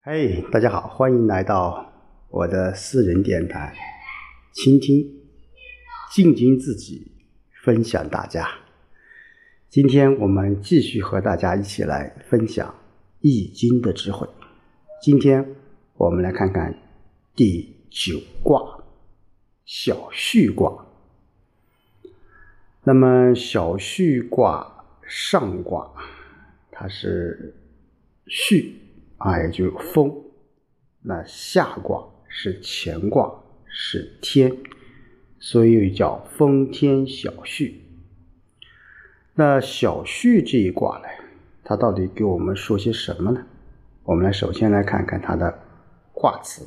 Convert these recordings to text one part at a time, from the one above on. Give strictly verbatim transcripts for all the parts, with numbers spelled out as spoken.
嘿、大家好，欢迎来到我的私人电台，倾听，静听自己，分享大家。今天我们继续和大家一起来分享易经的智慧。今天我们来看看第九卦小畜卦。那么小畜卦上卦，它是畜啊，也就是风。那下卦是乾卦，是天，所以叫风天小畜。那小畜这一卦呢，它到底给我们说些什么呢？我们来首先来看看它的卦辞。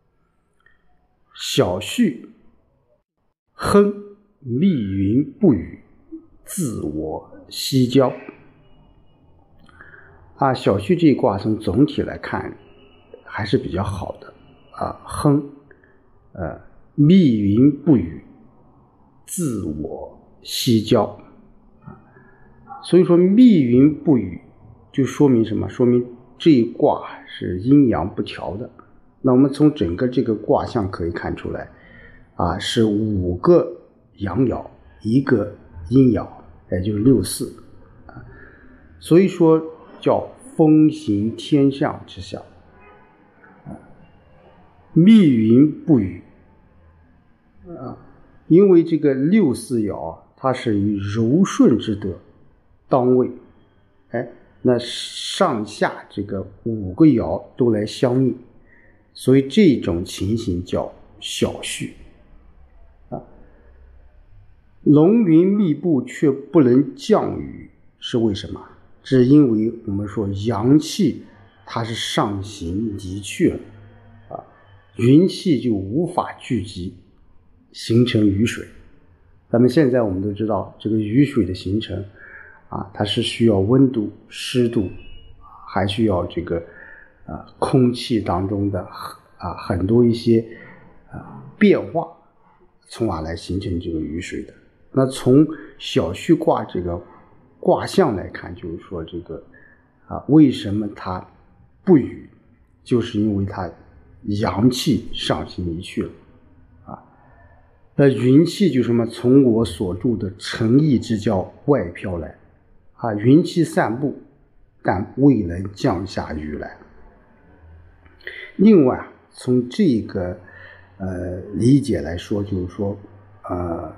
小畜亨，密云不雨，自我西郊。啊，小畜这一卦从总体来看还是比较好的啊，亨，呃，密云不雨，自我西郊啊，所以说密云不雨就说明什么？说明这一卦是阴阳不调的。那我们从整个这个卦象可以看出来啊，是五个阳爻，一个阴爻，也就是六四啊，所以说叫风行天上之下，密云不雨啊，因为这个六四爻它是以柔顺之德当位，哎，那上下这个五个爻都来相应，所以这种情形叫小畜啊。龙云密布却不能降雨，是为什么？是因为我们说阳气它是上行离去了啊，云气就无法聚集形成雨水。咱们现在我们都知道这个雨水的形成啊，它是需要温度、湿度，还需要这个啊空气当中的啊很多一些啊变化，从而来形成这个雨水的。那从小畜卦这个卦象来看，就是说这个啊，为什么它不雨，就是因为它阳气上行离去了啊。那云气就是什么？从我所住的城邑之郊外飘来啊，云气散布，但未能降下雨来。另外，从这个呃理解来说，就是说呃。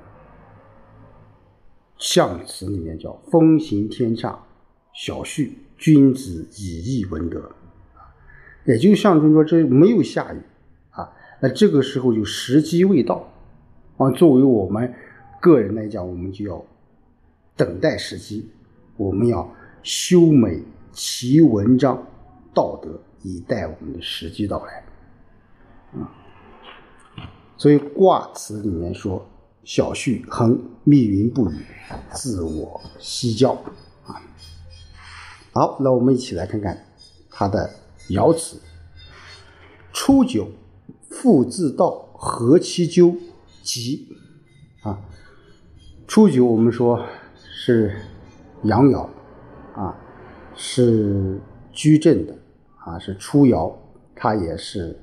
象辞里面叫风行天上，小畜，君子以义闻德，也就象征说这没有下雨啊，那这个时候就时机未到啊。作为我们个人来讲，我们就要等待时机，我们要修美其文章道德，以待我们的时机到来啊。所以卦辞里面说小畜亨，密云不雨，自我西郊啊。好，那我们一起来看看它的爻辞。初九，复自道，和其咎，吉啊。初九我们说是阳爻啊，是居正的啊，是初爻，它也是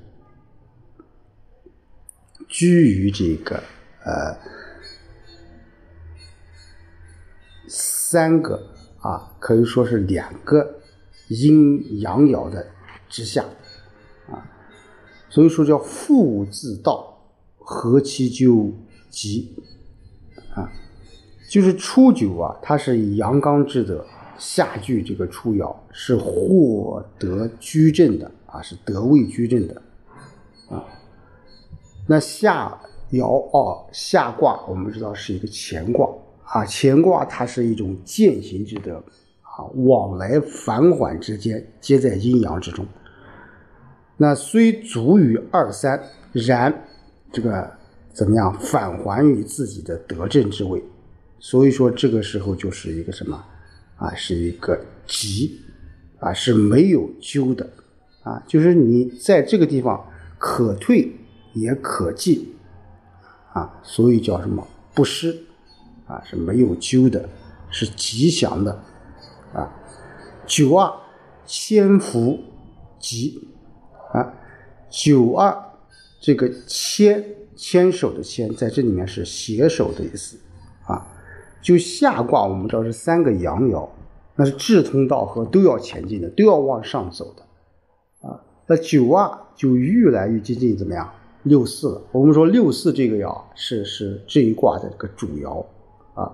居于这个呃，三个啊，可以说是两个阴阳爻的之下啊，所以说叫复自道，和其咎，吉啊，就是初九啊，它是以阳刚之德下居这个初爻，是获得居正的啊，是得位居正的啊。那下爻哦，下卦我们知道是一个乾卦啊，乾卦它是一种渐行之德啊，往来繁缓之间皆在阴阳之中。那虽足于二三，然这个怎么样返还于自己的得正之位，所以说这个时候就是一个什么啊，是一个吉啊，是没有咎的啊，就是你在这个地方可退也可进啊，所以叫什么不失啊，是没有咎的，是吉祥的啊。九二，先伏吉啊，九二这个牵牵手的牵在这里面是携手的意思啊。就下卦我们知道是三个阳爻，那是志同道合，都要前进的，都要往上走的啊。那九二就越来越接近怎么样六四了。我们说六四这个爻是是这一卦的这个主爻啊，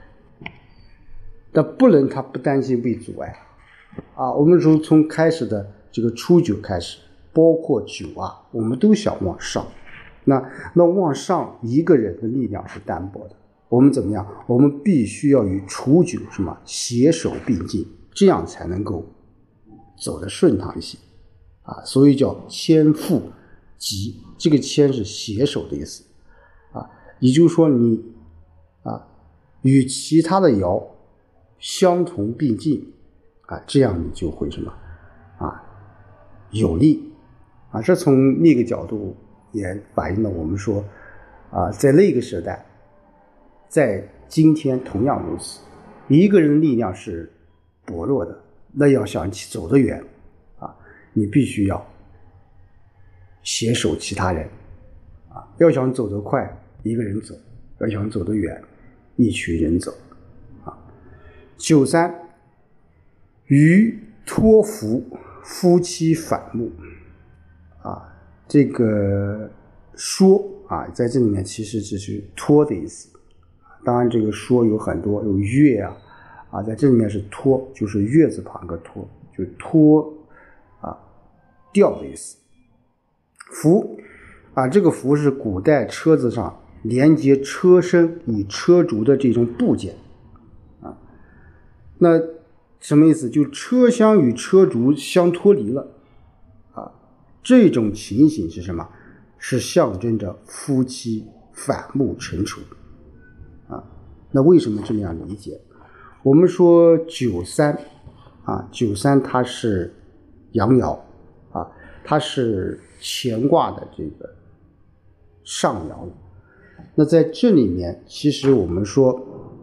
但不能它不担心被阻碍啊。我们说从开始的这个初九开始，包括九二，我们都想往上。那那往上一个人的力量是单薄的，我们怎么样？我们必须要与初九什么携手并进，这样才能够走得顺畅一些啊。所以叫牵复集，这个牵是携手的意思啊。也就是说你啊与其他的爻相同并进啊，这样你就会什么啊有利啊。这从那个角度也反映了我们说啊，在那个时代，在今天同样如此，一个人的力量是薄弱的，那要想走得远啊，你必须要携手其他人啊。要想走得快，一个人走；要想走得远，一群人走啊。九三，鱼托福，夫妻反目啊。这个说啊，在这里面其实只是托的意思。当然这个说有很多，有月啊啊，在这里面是托，就是月字旁个托，就托啊吊的意思。扶啊，这个扶是古代车子上连接车身与车轴的这种部件啊。那什么意思？就车厢与车轴相脱离了啊，这种情形是什么？是象征着夫妻反目成仇啊。那为什么这么样理解？我们说九三啊，九三它是阳爻啊，它是乾卦的这个上爻。那在这里面，其实我们说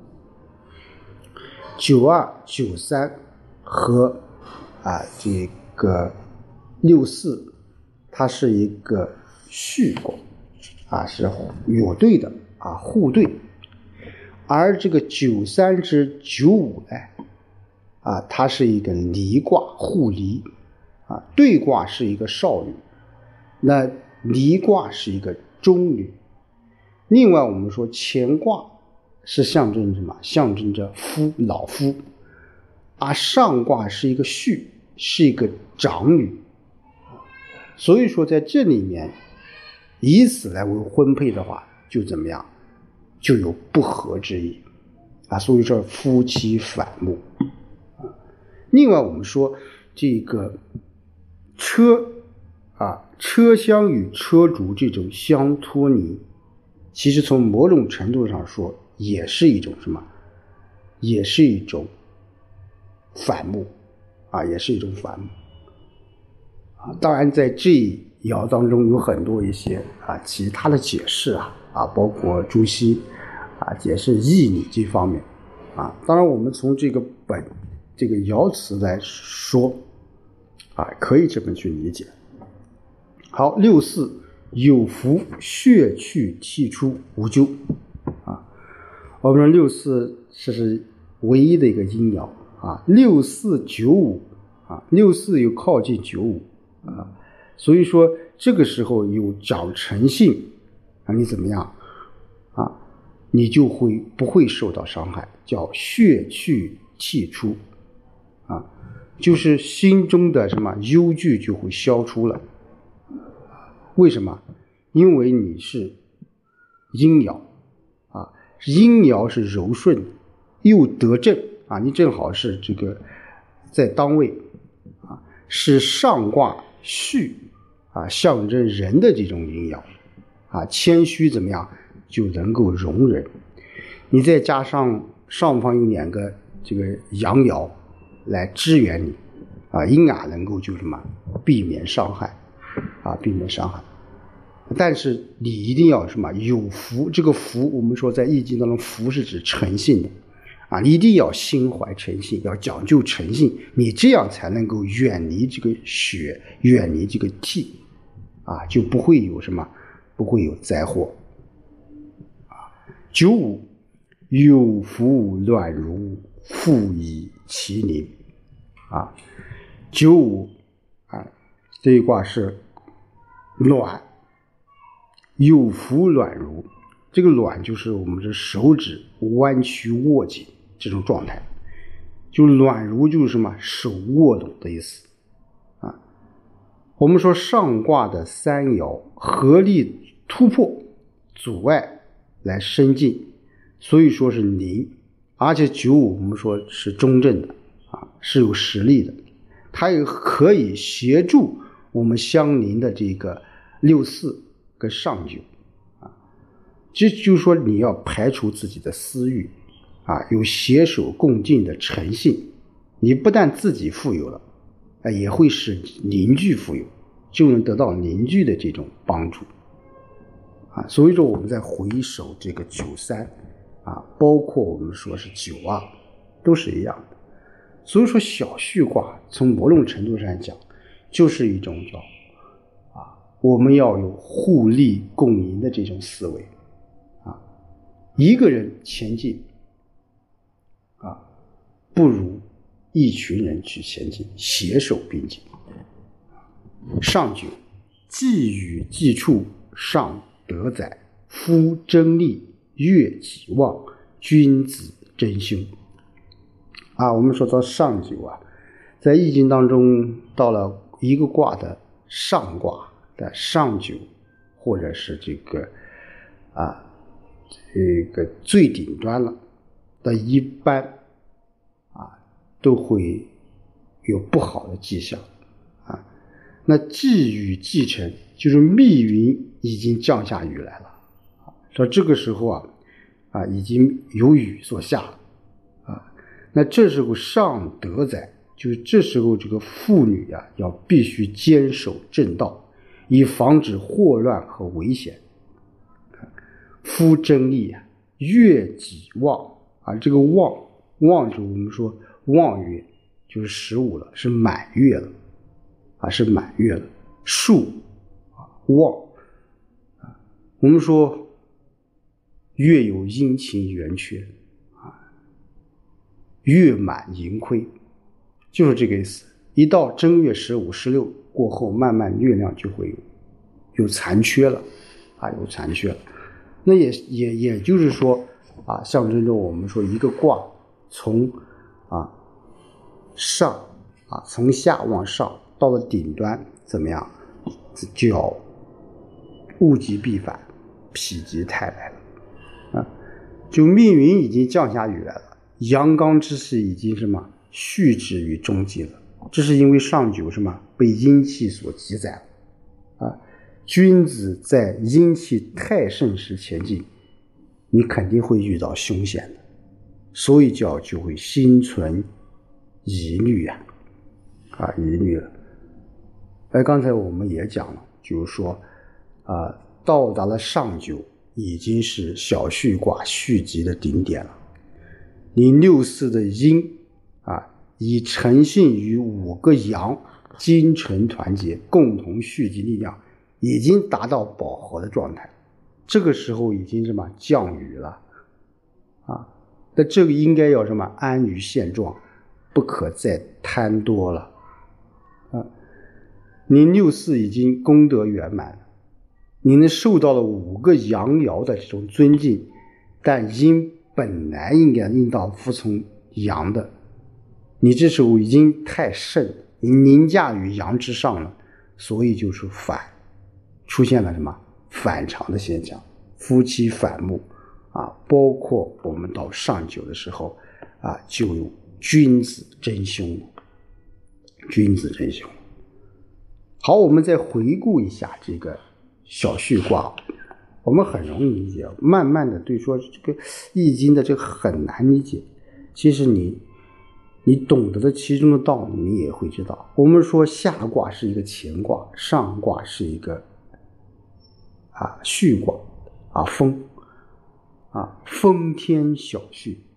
九二、九三和啊这个六四，它是一个序卦啊，是有对的啊，互对。而这个九三至九五呢啊，它是一个离卦，互离啊，对卦是一个少女，那离卦是一个中女。另外我们说乾卦是象征什么？象征着夫，老夫，而上卦是一个婿，是一个长女。所以说在这里面以此来为婚配的话，就怎么样，就有不和之意啊。所以说夫妻反目。另外我们说这个车啊，车厢与车轴这种相脱离，其实从某种程度上说也是一种什么？也是一种反目啊，也是一种反目啊。当然在这一爻当中有很多一些啊其他的解释啊啊，包括朱熹啊解释义理这方面啊。当然我们从这个本这个爻辞来说啊，可以这么去理解。好，六四，有福，血去涕出，无咎啊。我们说六四这是唯一的一个阴爻啊，六四九五啊，六四又靠近九五啊，所以说这个时候有长诚信啊，你怎么样啊？你就会不会受到伤害，叫血去涕出啊，就是心中的什么忧惧就会消除了。为什么？因为你是阴爻啊，阴爻是柔顺又得正啊，你正好是这个在当位啊，是上卦序啊，象征人的这种阴爻啊，谦虚怎么样就能够容忍。你再加上上方有两个这个阳爻来支援你啊，阴啊能够就什么避免伤害啊，避免伤害。但是你一定要什么有福，这个福我们说在易经当中，福是指诚信的啊，你一定要心怀诚信，要讲究诚信，你这样才能够远离这个血，远离这个悌，啊，就不会有什么，不会有灾祸。啊，九五，有夫卵如，复以其邻。啊，九五啊，这一卦是卵，有夫卵如，这个卵就是我们的手指弯曲握紧这种状态，就卵如就是什么，手握拢的意思啊。我们说上卦的三爻合力突破阻碍来伸进，所以说是临，而且九五我们说是中正的啊，是有实力的，它也可以协助我们相邻的这个六四跟上九啊，这就是说你要排除自己的私欲啊，有携手共进的诚信，你不但自己富有了，啊，也会使邻居富有，就能得到邻居的这种帮助啊。所以说我们在回首这个九三啊，包括我们说是九二，都是一样的。所以说小序卦从某种程度上讲，就是一种叫啊，我们要有互利共赢的这种思维啊，一个人前进啊，不如一群人去前进，携手并进。上九，既与既处，上德载，夫争利，悦己旺，君子争凶。啊，我们说到上九啊，在易经当中，到了一个卦的上卦的上九，或者是这个啊这个最顶端了的一般啊，都会有不好的迹象啊。那既雨既成，就是密云已经降下雨来了啊，说这个时候啊啊已经有雨所下了。那这时候上德载，就是这时候这个妇女啊，要必须坚守正道，以防止祸乱和危险。夫争利啊，悦己旺啊，这个旺旺就我们说旺月，就是十五了，是满月了啊，是满月了。数啊旺啊，我们说月有阴晴圆缺。月满盈亏，就是这个意思。一到正月十五、十六过后，慢慢月亮就会有有残缺了啊，有残缺了。那也也也就是说啊，象征着我们说一个卦从啊上啊从下往上到了顶端怎么样，就要物极必反，否极泰来了啊，就密云已经降下雨来了。阳刚之气已经什么蓄止于中极了，这是因为上九什么被阴气所积载了啊。君子在阴气太盛时前进，你肯定会遇到凶险的，所以叫就会心存疑虑啊啊疑虑了。而刚才我们也讲了，就是说啊，到达了上九已经是小序卦续集的顶点了。你六四的阴啊，以诚信与五个阳精诚团结，共同蓄积力量，已经达到饱和的状态。这个时候已经什么降雨了啊？那这个应该要什么安于现状，不可再贪多了啊！你六四已经功德圆满了，你能受到了五个阳爻的这种尊敬，但阴本来应该应当服从阳的，你这时候已经太盛，你凌驾于阳之上了，所以就是反，出现了什么反常的现象，夫妻反目啊，包括我们到上九的时候啊，就有君子争凶，君子争凶。好，我们再回顾一下这个小序卦。我们很容易理解，慢慢的对说这个易经的这个很难理解，其实你你懂得了其中的道理，你也会知道。我们说下卦是一个乾卦，上卦是一个啊序卦啊风啊风天小序，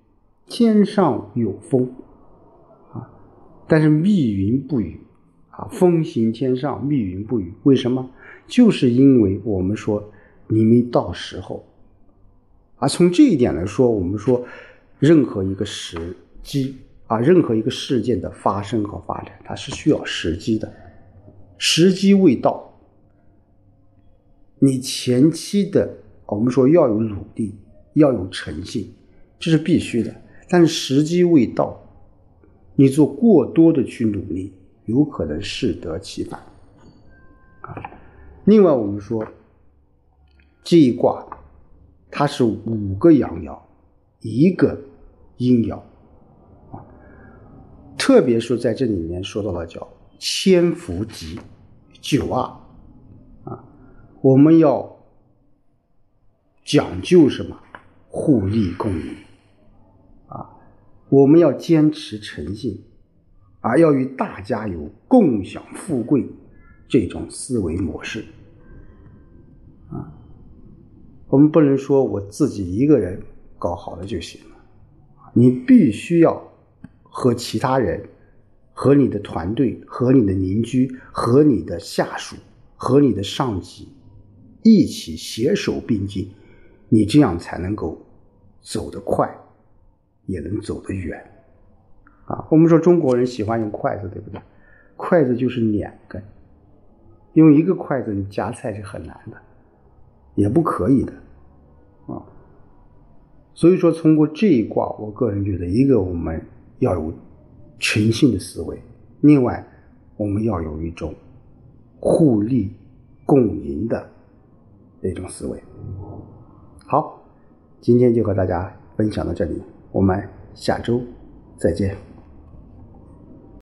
天上有风啊，但是密云不雨啊，风行天上，密云不雨。为什么？就是因为我们说你没到时候啊。从这一点来说，我们说任何一个时机啊，任何一个事件的发生和发展，它是需要时机的。时机未到，你前期的我们说要有努力，要有诚信，这是必须的。但是时机未到，你做过多的去努力，有可能适得其反啊。另外我们说这一卦它是五个阳爻，一个阴爻啊，特别是在这里面说到了叫千伏吉九二啊，我们要讲究什么？互利共赢啊，我们要坚持诚信啊，要与大家有共享富贵这种思维模式啊。我们不能说我自己一个人搞好了就行了，你必须要和其他人，和你的团队，和你的邻居，和你的下属，和你的上级一起携手并进，你这样才能够走得快，也能走得远啊。我们说中国人喜欢用筷子，对不对？筷子就是两根，用一个筷子你夹菜是很难的，也不可以的啊。所以说通过这一卦，我个人觉得，一个我们要有诚信的思维，另外我们要有一种互利共赢的那种思维。好，今天就和大家分享到这里，我们下周再见。